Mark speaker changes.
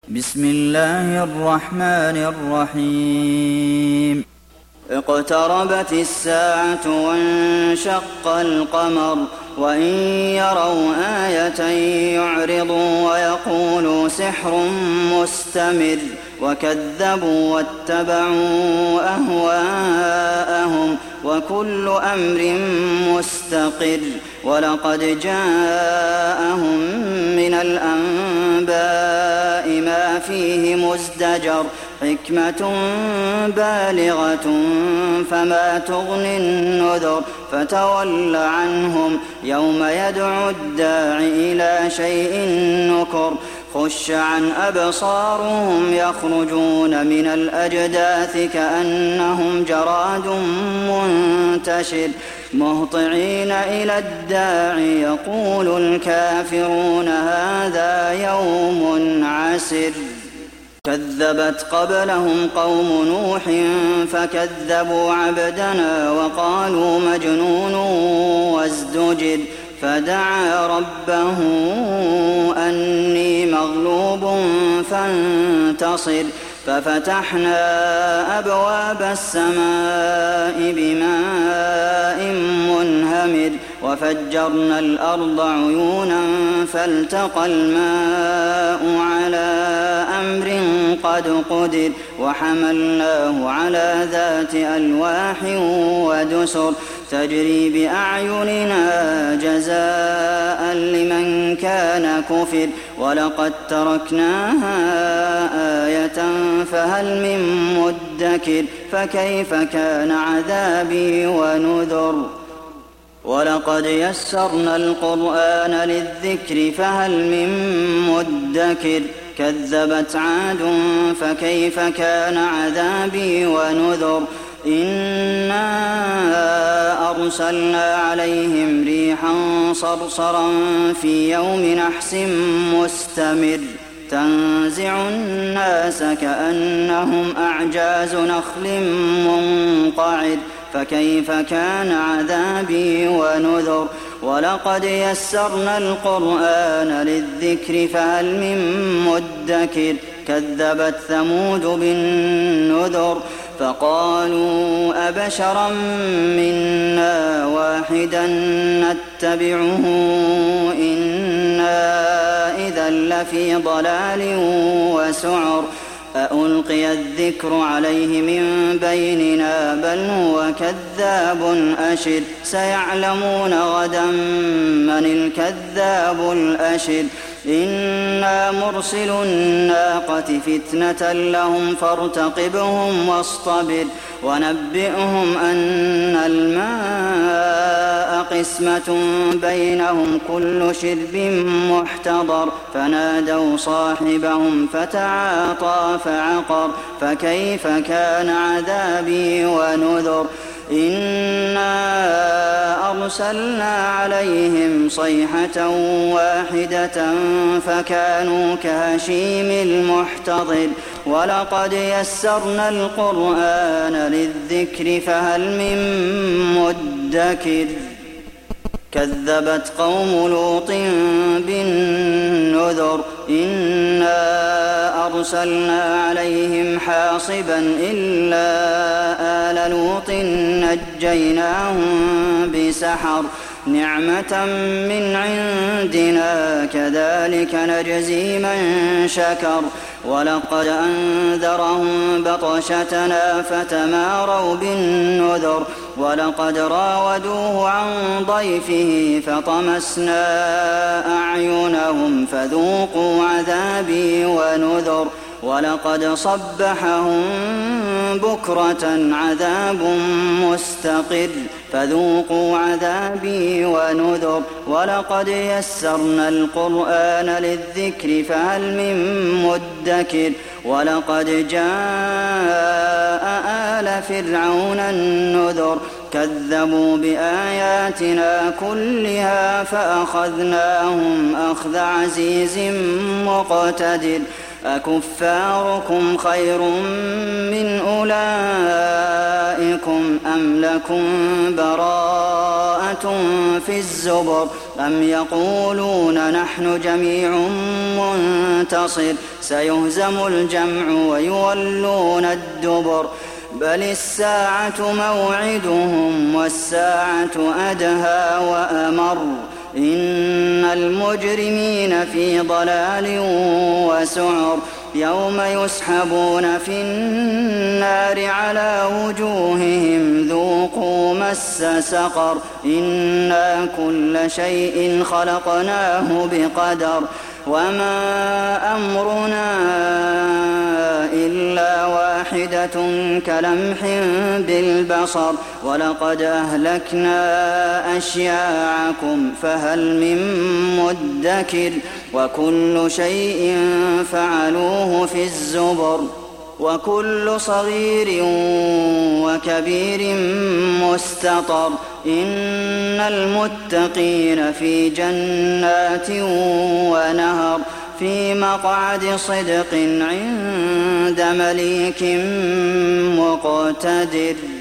Speaker 1: بسم الله الرحمن الرحيم اقتربت الساعة وانشق القمر وإن يروا آية يعرضوا ويقولوا سحر مستمر وكذبوا واتبعوا أهواءهم وكل أمر مستقر ولقد جاءهم من الأنباء ما فيه مزدجر حكمة بالغة فما تغني النذر فتول عنهم يوم يدعو الداع إلى شيء نكر خش عن أبصارهم يخرجون من الأجداث كأنهم جراد منتشر مهطعين إلى الداع يقول الكافرون هذا يوم عسر كذبت قبلهم قوم نوح فكذبوا عبدنا وقالوا مجنون وازدجر فدعا ربه أني مغلوب فانتصر ففتحنا أبواب السماء بماء منهمر وفجرنا الأرض عيونا فالتقى الماء على أمر قد قدر وحملناه على ذات ألواح ودسر تجري بأعيننا جزاء لمن كان كفر ولقد تركناها آية فهل من مدكر فكيف كان عذابي ونذر ولقد يسرنا القرآن للذكر فهل من مدكر كذبت عاد فكيف كان عذابي ونذر إنا أرسلنا عليهم ريحا صرصرا في يوم نحس مستمر تنزع الناس كأنهم أعجاز نخل منقعر فكيف كان عذابي ونذر ولقد يسرنا القرآن للذكر فهل من مدكر كذبت ثمود بالنذر فقالوا أبشرا منا واحدا نتبعه إنا إذا لفي ضلال وسعر أألقي الذكر عليه من بيننا بل هو كذاب أشر سيعلمون غدا من الكذاب الأشر إنا مرسل الناقة فتنة لهم فارتقبهم واصطبر ونبئهم أن الماء قسمة بينهم كل شرب محتضر فنادوا صاحبهم فتعاطى فعقر فكيف كان عذابي ونذر إنا أرسلنا عليهم صيحة واحدة فكانوا كهشيم المحتضر ولقد يسرنا القرآن للذكر فهل من مدكر كذبت قوم لوط بالنذر إنا أرسلنا عليهم حاصبا إلا آل لوط نجيناهم بسحر نعمة من عندنا كذلك نجزي من شكر ولقد أنذرهم بطشتنا فتماروا بالنذر ولقد راودوه عن ضيفه فطمسنا أعينهم فذوقوا عذابي ونذر ولقد صبحهم بكرة عذاب مستقر فذوقوا عذابي ونذر ولقد يسرنا القرآن للذكر فهل من مدكر ولقد جاء آل فرعون النذر كذبوا بآياتنا كلها فأخذناهم أخذ عزيز مقتدر أكفاركم خير من أولئكم أم لكم براءة في الزبر أم يقولون نحن جميع منتصر سيهزم الجمع ويولون الدبر بل الساعة موعدهم والساعة أدهى وأمر إن المجرمين في ضلال وسعر يوم يسحبون في النار على وجوههم ذوقوا مس سقر إنا كل شيء خلقناه بقدر وما أمرنا إلا واحدة كلمح بالبصر ولقد أهلكنا أشياعكم فهل من مدكر وكل شيء فعلوه في الزبر وكل صغير وكبير مستطر إن المتقين في جنات ونهر في مقعد صدق عند مليك مقتدر